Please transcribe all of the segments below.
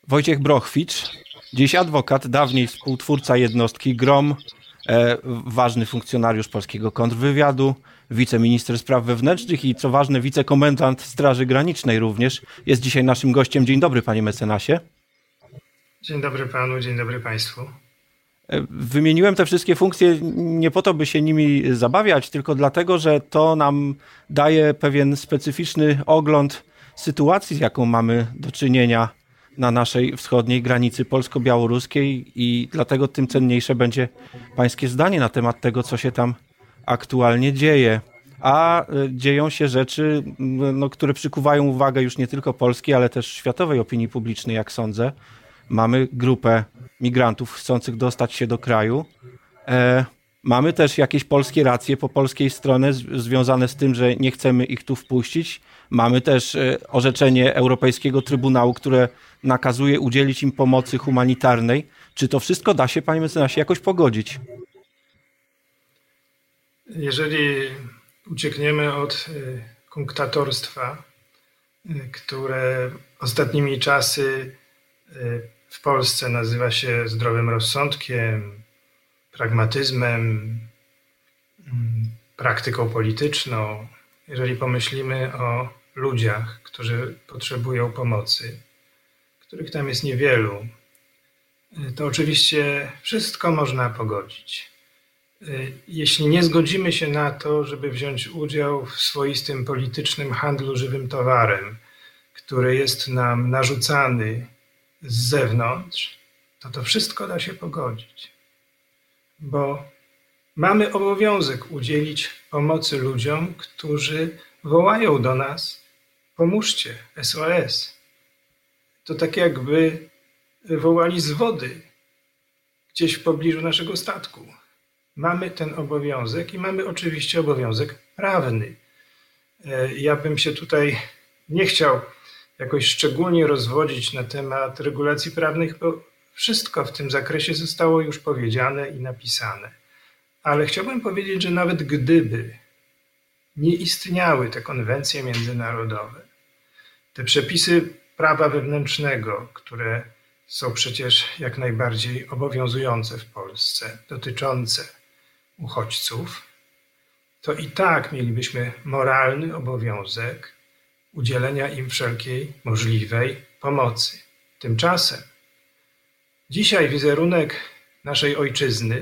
Wojciech Brochwicz, dziś adwokat, dawniej współtwórca jednostki GROM, ważny funkcjonariusz polskiego kontrwywiadu, wiceminister spraw wewnętrznych i co ważne wicekomendant Straży Granicznej również. Jest dzisiaj naszym gościem. Dzień dobry, panie mecenasie. Dzień dobry panu, dzień dobry państwu. Wymieniłem te wszystkie funkcje nie po to, by się nimi zabawiać, tylko dlatego, że to nam daje pewien specyficzny ogląd sytuacji, z jaką mamy do czynienia na naszej wschodniej granicy polsko-białoruskiej i dlatego tym cenniejsze będzie pańskie zdanie na temat tego, co się tam aktualnie dzieje. A dzieją się rzeczy, które przykuwają uwagę już nie tylko polskiej, ale też światowej opinii publicznej, jak sądzę. Mamy grupę migrantów chcących dostać się do kraju. Mamy też jakieś polskie racje po polskiej stronie związane z tym, że nie chcemy ich tu wpuścić. Mamy też orzeczenie Europejskiego Trybunału, które nakazuje udzielić im pomocy humanitarnej. Czy to wszystko da się, panie mecenasie, jakoś pogodzić? Jeżeli uciekniemy od kunktatorstwa, które ostatnimi czasy w Polsce nazywa się zdrowym rozsądkiem, pragmatyzmem, praktyką polityczną, jeżeli pomyślimy o ludziach, którzy potrzebują pomocy, których tam jest niewielu, to oczywiście wszystko można pogodzić. Jeśli nie zgodzimy się na to, żeby wziąć udział w swoistym politycznym handlu żywym towarem, który jest nam narzucany z zewnątrz, to wszystko da się pogodzić. Bo mamy obowiązek udzielić pomocy ludziom, którzy wołają do nas: pomóżcie, SOS. To tak jakby wołali z wody gdzieś w pobliżu naszego statku. Mamy ten obowiązek i mamy oczywiście obowiązek prawny. Ja bym się tutaj nie chciał jakoś szczególnie rozwodzić na temat regulacji prawnych, bo wszystko w tym zakresie zostało już powiedziane i napisane. Ale chciałbym powiedzieć, że nawet gdyby nie istniały te konwencje międzynarodowe, te przepisy prawa wewnętrznego, które są przecież jak najbardziej obowiązujące w Polsce, dotyczące uchodźców, to i tak mielibyśmy moralny obowiązek udzielenia im wszelkiej możliwej pomocy. Tymczasem dzisiaj wizerunek naszej ojczyzny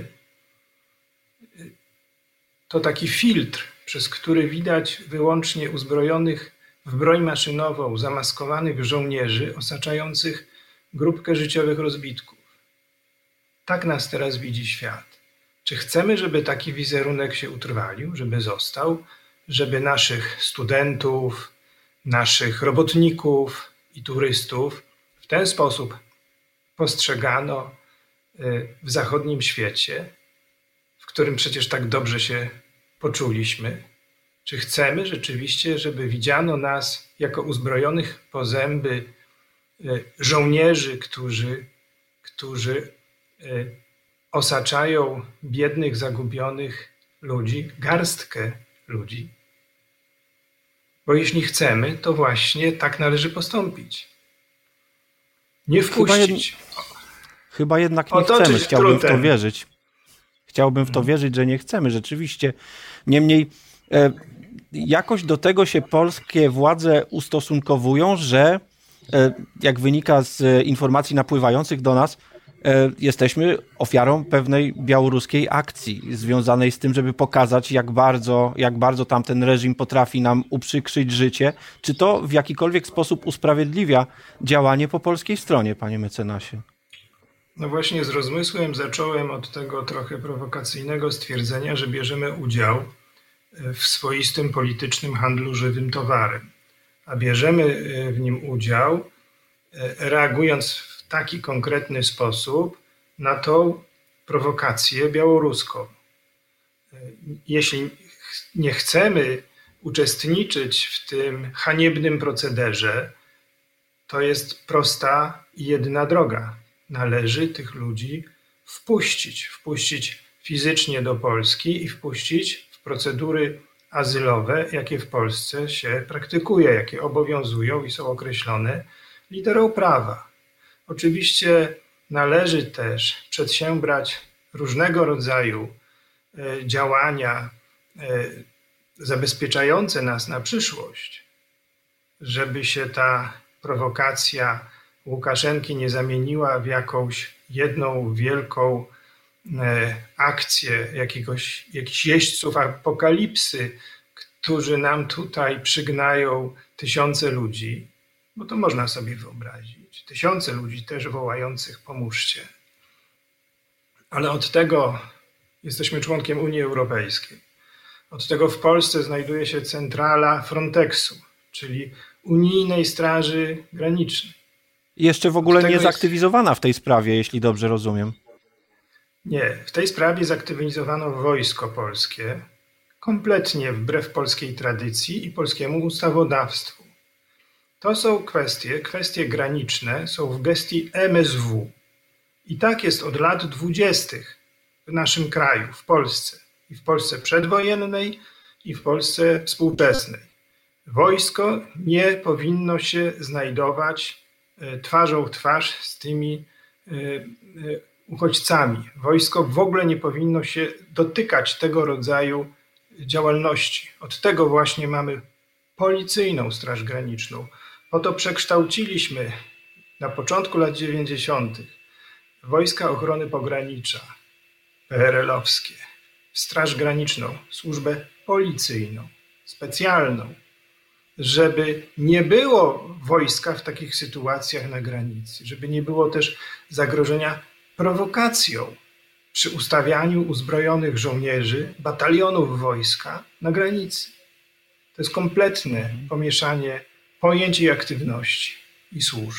to taki filtr, przez który widać wyłącznie uzbrojonych w broń maszynową, zamaskowanych żołnierzy osaczających grupkę życiowych rozbitków. Tak nas teraz widzi świat. Czy chcemy, żeby taki wizerunek się utrwalił, żeby został, żeby naszych studentów, naszych robotników i turystów w ten sposób postrzegano w zachodnim świecie, w którym przecież tak dobrze się poczuliśmy? Czy chcemy rzeczywiście, żeby widziano nas jako uzbrojonych po zęby żołnierzy, którzy osaczają biednych, zagubionych ludzi, garstkę ludzi? Bo jeśli chcemy, to właśnie tak należy postąpić. Nie wpuścić. Chyba jednak nie chcemy. Chciałbym w to wierzyć. Chciałbym w to wierzyć, że nie chcemy rzeczywiście. Niemniej jakoś do tego się polskie władze ustosunkowują, że jak wynika z informacji napływających do nas, jesteśmy ofiarą pewnej białoruskiej akcji związanej z tym, żeby pokazać, jak bardzo tamten reżim potrafi nam uprzykrzyć życie. Czy to w jakikolwiek sposób usprawiedliwia działanie po polskiej stronie, panie mecenasie? No właśnie z rozmysłem zacząłem od tego trochę prowokacyjnego stwierdzenia, że bierzemy udział w swoistym politycznym handlu żywym towarem. A bierzemy w nim udział, reagując w taki konkretny sposób na tą prowokację białoruską. Jeśli nie chcemy uczestniczyć w tym haniebnym procederze, to jest prosta i jedyna droga. Należy tych ludzi wpuścić fizycznie do Polski i wpuścić w procedury azylowe, jakie w Polsce się praktykuje, jakie obowiązują i są określone literą prawa. Oczywiście należy też przedsiębrać różnego rodzaju działania zabezpieczające nas na przyszłość, żeby się ta prowokacja Łukaszenki nie zamieniła w jakąś jedną wielką akcję jakichś jeźdźców apokalipsy, którzy nam tutaj przygnają tysiące ludzi, bo to można sobie wyobrazić. Tysiące ludzi też wołających pomóżcie. Ale od tego jesteśmy członkiem Unii Europejskiej. Od tego w Polsce znajduje się centrala Frontexu, czyli Unijnej Straży Granicznej. Jeszcze w ogóle nie zaktywizowana w tej sprawie, jeśli dobrze rozumiem. Nie, w tej sprawie zaktywizowano wojsko polskie, kompletnie wbrew polskiej tradycji i polskiemu ustawodawstwu. To są kwestie graniczne są w gestii MSW. I tak jest od lat 20. w naszym kraju, w Polsce. I w Polsce przedwojennej, i w Polsce współczesnej. Wojsko nie powinno się znajdować twarzą w twarz z tymi uchodźcami. Wojsko w ogóle nie powinno się dotykać tego rodzaju działalności. Od tego właśnie mamy policyjną Straż Graniczną. Po to przekształciliśmy na początku lat 90. Wojska Ochrony Pogranicza PRL-owskie w Straż Graniczną, służbę policyjną, specjalną, żeby nie było wojska w takich sytuacjach na granicy, żeby nie było też zagrożenia prowokacją przy ustawianiu uzbrojonych żołnierzy, batalionów wojska na granicy. To jest kompletne pomieszanie pojęć i aktywności i służb.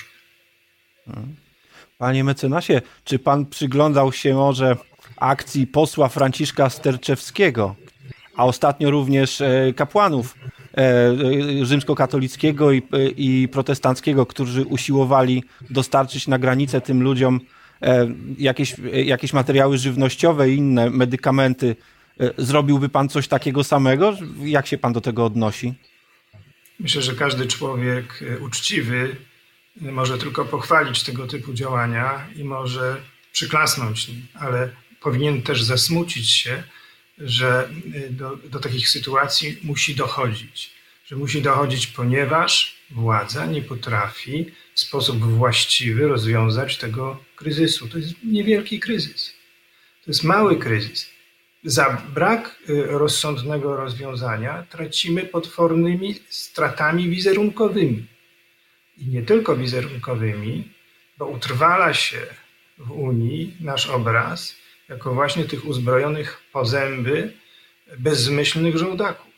Panie mecenasie, czy pan przyglądał się może akcji posła Franciszka Sterczewskiego, a ostatnio również kapłanów rzymskokatolickiego i protestanckiego, którzy usiłowali dostarczyć na granicę tym ludziom jakieś materiały żywnościowe i inne medykamenty? Zrobiłby pan coś takiego samego? Jak się pan do tego odnosi? Myślę, że każdy człowiek uczciwy może tylko pochwalić tego typu działania i może przyklasnąć nim, ale powinien też zasmucić się, że do takich sytuacji musi dochodzić. Że musi dochodzić, ponieważ władza nie potrafi w sposób właściwy rozwiązać tego kryzysu. To jest niewielki kryzys. To jest mały kryzys. Za brak rozsądnego rozwiązania tracimy potwornymi stratami wizerunkowymi. I nie tylko wizerunkowymi, bo utrwala się w Unii nasz obraz jako właśnie tych uzbrojonych po zęby, bezmyślnych żołdaków.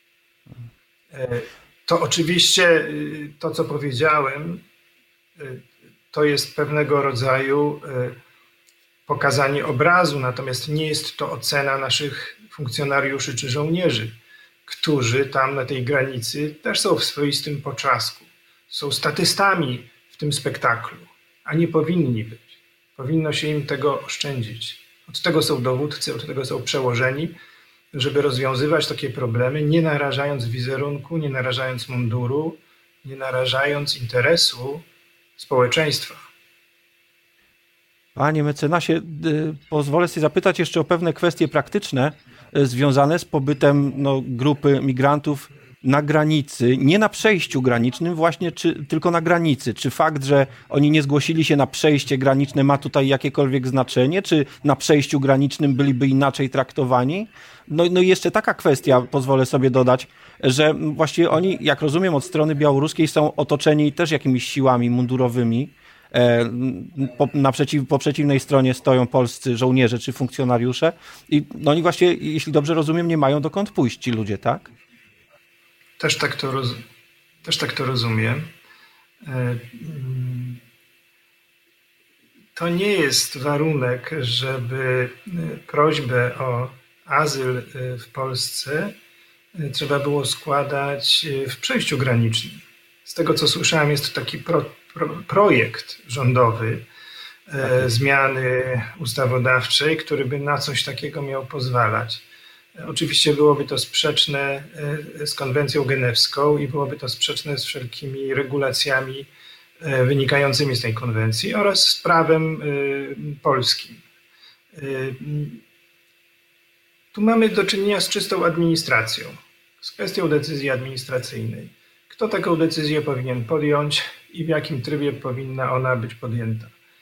To oczywiście to, co powiedziałem, to jest pewnego rodzaju pokazanie obrazu, natomiast nie jest to ocena naszych funkcjonariuszy czy żołnierzy, którzy tam na tej granicy też są w swoistym potrzasku. Są statystami w tym spektaklu, a nie powinni być. Powinno się im tego oszczędzić. Od tego są dowódcy, od tego są przełożeni, żeby rozwiązywać takie problemy, nie narażając wizerunku, nie narażając munduru, nie narażając interesu społeczeństwa. Panie mecenasie, pozwolę sobie zapytać jeszcze o pewne kwestie praktyczne związane z pobytem grupy migrantów na granicy, nie na przejściu granicznym właśnie, tylko na granicy. Czy fakt, że oni nie zgłosili się na przejście graniczne ma tutaj jakiekolwiek znaczenie? Czy na przejściu granicznym byliby inaczej traktowani? No i jeszcze taka kwestia, pozwolę sobie dodać, że właściwie oni, jak rozumiem, od strony białoruskiej są otoczeni też jakimiś siłami mundurowymi. Po przeciwnej stronie stoją polscy żołnierze czy funkcjonariusze i oni właśnie, jeśli dobrze rozumiem, nie mają dokąd pójść ci ludzie, tak? Też tak to rozumiem. To nie jest warunek, żeby prośbę o azyl w Polsce trzeba było składać w przejściu granicznym. Z tego, co słyszałem, jest to taki projekt rządowy zmiany ustawodawczej, który by na coś takiego miał pozwalać. Oczywiście byłoby to sprzeczne z konwencją genewską i byłoby to sprzeczne z wszelkimi regulacjami wynikającymi z tej konwencji oraz z prawem polskim. Tu mamy do czynienia z czystą administracją, z kwestią decyzji administracyjnej. Kto taką decyzję powinien podjąć i w jakim trybie powinna ona być podjęta.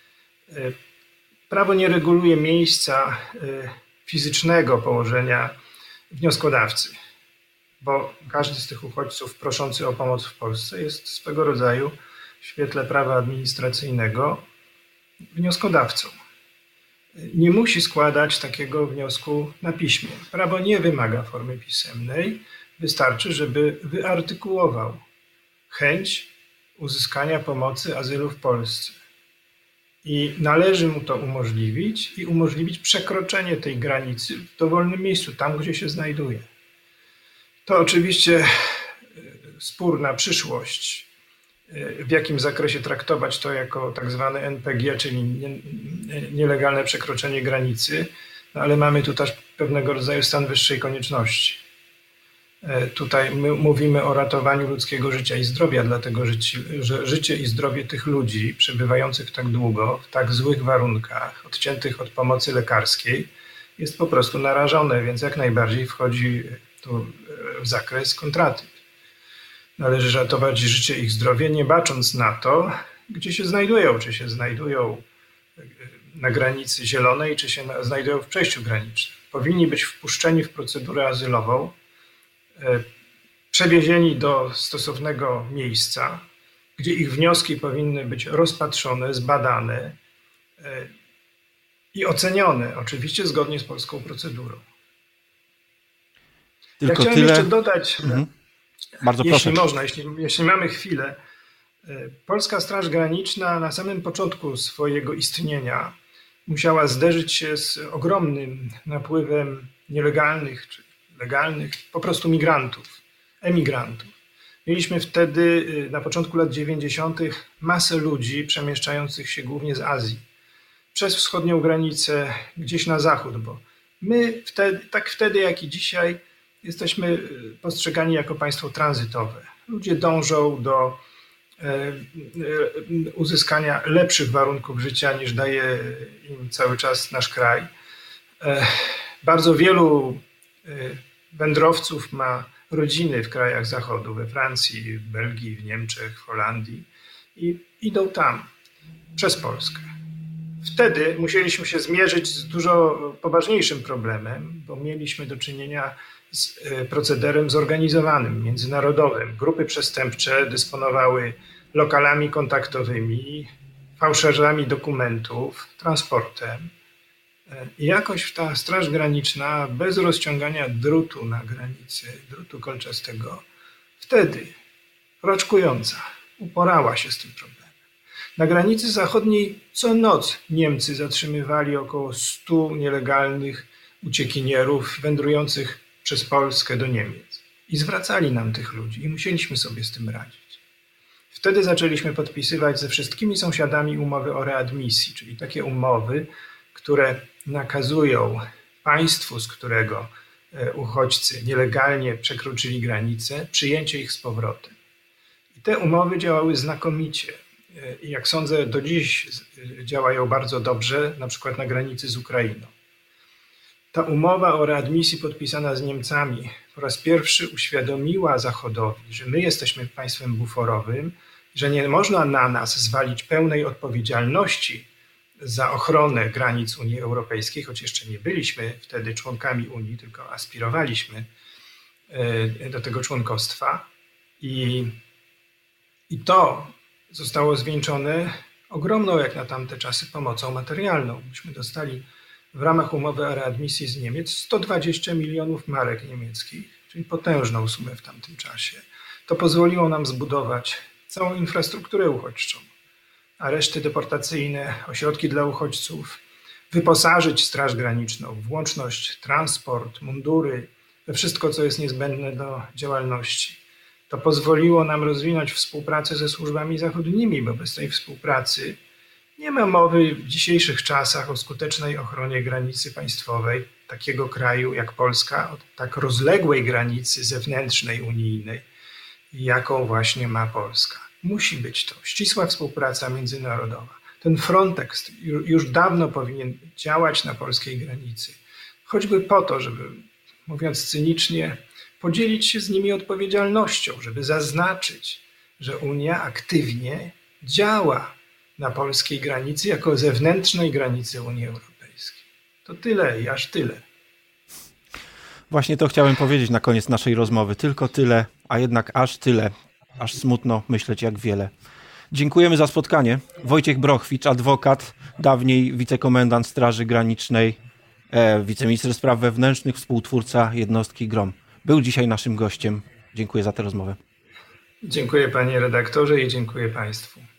Prawo nie reguluje miejsca fizycznego położenia wnioskodawcy, bo każdy z tych uchodźców proszący o pomoc w Polsce jest swego rodzaju w świetle prawa administracyjnego wnioskodawcą. Nie musi składać takiego wniosku na piśmie. Prawo nie wymaga formy pisemnej, wystarczy, żeby wyartykułował chęć uzyskania pomocy, azylu w Polsce. I należy mu to umożliwić i umożliwić przekroczenie tej granicy w dowolnym miejscu, tam gdzie się znajduje. To oczywiście spór na przyszłość, w jakim zakresie traktować to jako tak zwane NPG, czyli nielegalne przekroczenie granicy, no ale mamy tu też pewnego rodzaju stan wyższej konieczności. Tutaj my mówimy o ratowaniu ludzkiego życia i zdrowia, dlatego że życie i zdrowie tych ludzi przebywających tak długo, w tak złych warunkach, odciętych od pomocy lekarskiej, jest po prostu narażone, więc jak najbardziej wchodzi tu w zakres kontratyp. Należy ratować życie i zdrowie, nie bacząc na to, gdzie się znajdują, czy się znajdują na granicy zielonej, czy się znajdują w przejściu granicznym. Powinni być wpuszczeni w procedurę azylową, przewiezieni do stosownego miejsca, gdzie ich wnioski powinny być rozpatrzone, zbadane i ocenione, oczywiście zgodnie z polską procedurą. Tylko ja chciałem jeszcze dodać, Bardzo jeśli proszę. można, jeśli mamy chwilę, Polska Straż Graniczna na samym początku swojego istnienia musiała zderzyć się z ogromnym napływem nielegalnych czy legalnych po prostu migrantów, emigrantów. Mieliśmy wtedy na początku lat 90. masę ludzi przemieszczających się głównie z Azji przez wschodnią granicę gdzieś na zachód, bo my wtedy jak i dzisiaj jesteśmy postrzegani jako państwo tranzytowe. Ludzie dążą do uzyskania lepszych warunków życia niż daje im cały czas nasz kraj. Bardzo wielu wędrowców ma rodziny w krajach zachodu, we Francji, w Belgii, w Niemczech, w Holandii i idą tam przez Polskę. Wtedy musieliśmy się zmierzyć z dużo poważniejszym problemem, bo mieliśmy do czynienia z procederem zorganizowanym, międzynarodowym. Grupy przestępcze dysponowały lokalami kontaktowymi, fałszerzami dokumentów, transportem. I jakoś ta Straż Graniczna bez rozciągania drutu na granicy, drutu kolczastego, wtedy raczkująca uporała się z tym problemem. Na granicy zachodniej co noc Niemcy zatrzymywali około 100 nielegalnych uciekinierów wędrujących przez Polskę do Niemiec. I zwracali nam tych ludzi i musieliśmy sobie z tym radzić. Wtedy zaczęliśmy podpisywać ze wszystkimi sąsiadami umowy o readmisji, czyli takie umowy, które nakazują państwu, z którego uchodźcy nielegalnie przekroczyli granicę, przyjęcie ich z powrotem. I te umowy działały znakomicie. I jak sądzę, do dziś działają bardzo dobrze, na przykład na granicy z Ukrainą. Ta umowa o readmisji podpisana z Niemcami po raz pierwszy uświadomiła Zachodowi, że my jesteśmy państwem buforowym, że nie można na nas zwalić pełnej odpowiedzialności za ochronę granic Unii Europejskiej, choć jeszcze nie byliśmy wtedy członkami Unii, tylko aspirowaliśmy do tego członkostwa. I to zostało zwieńczone ogromną, jak na tamte czasy, pomocą materialną. Myśmy dostali w ramach umowy o readmisji z Niemiec 120 milionów marek niemieckich, czyli potężną sumę w tamtym czasie. To pozwoliło nam zbudować całą infrastrukturę uchodźczą, areszty deportacyjne, ośrodki dla uchodźców, wyposażyć Straż Graniczną w łączność, transport, mundury, we wszystko, co jest niezbędne do działalności. To pozwoliło nam rozwinąć współpracę ze służbami zachodnimi, bo bez tej współpracy nie ma mowy w dzisiejszych czasach o skutecznej ochronie granicy państwowej takiego kraju jak Polska, o tak rozległej granicy zewnętrznej unijnej, jaką właśnie ma Polska. musi być to ścisła współpraca międzynarodowa. Ten Frontex już dawno powinien działać na polskiej granicy. Choćby po to, żeby, mówiąc cynicznie, podzielić się z nimi odpowiedzialnością, żeby zaznaczyć, że Unia aktywnie działa na polskiej granicy jako zewnętrznej granicy Unii Europejskiej. To tyle i aż tyle. Właśnie to chciałem powiedzieć na koniec naszej rozmowy. Tylko tyle, a jednak aż tyle. Aż smutno myśleć, jak wiele. Dziękujemy za spotkanie. Wojciech Brochwicz, adwokat, dawniej wicekomendant Straży Granicznej, wiceminister spraw wewnętrznych, współtwórca jednostki GROM. Był dzisiaj naszym gościem. Dziękuję za tę rozmowę. Dziękuję panie redaktorze i dziękuję państwu.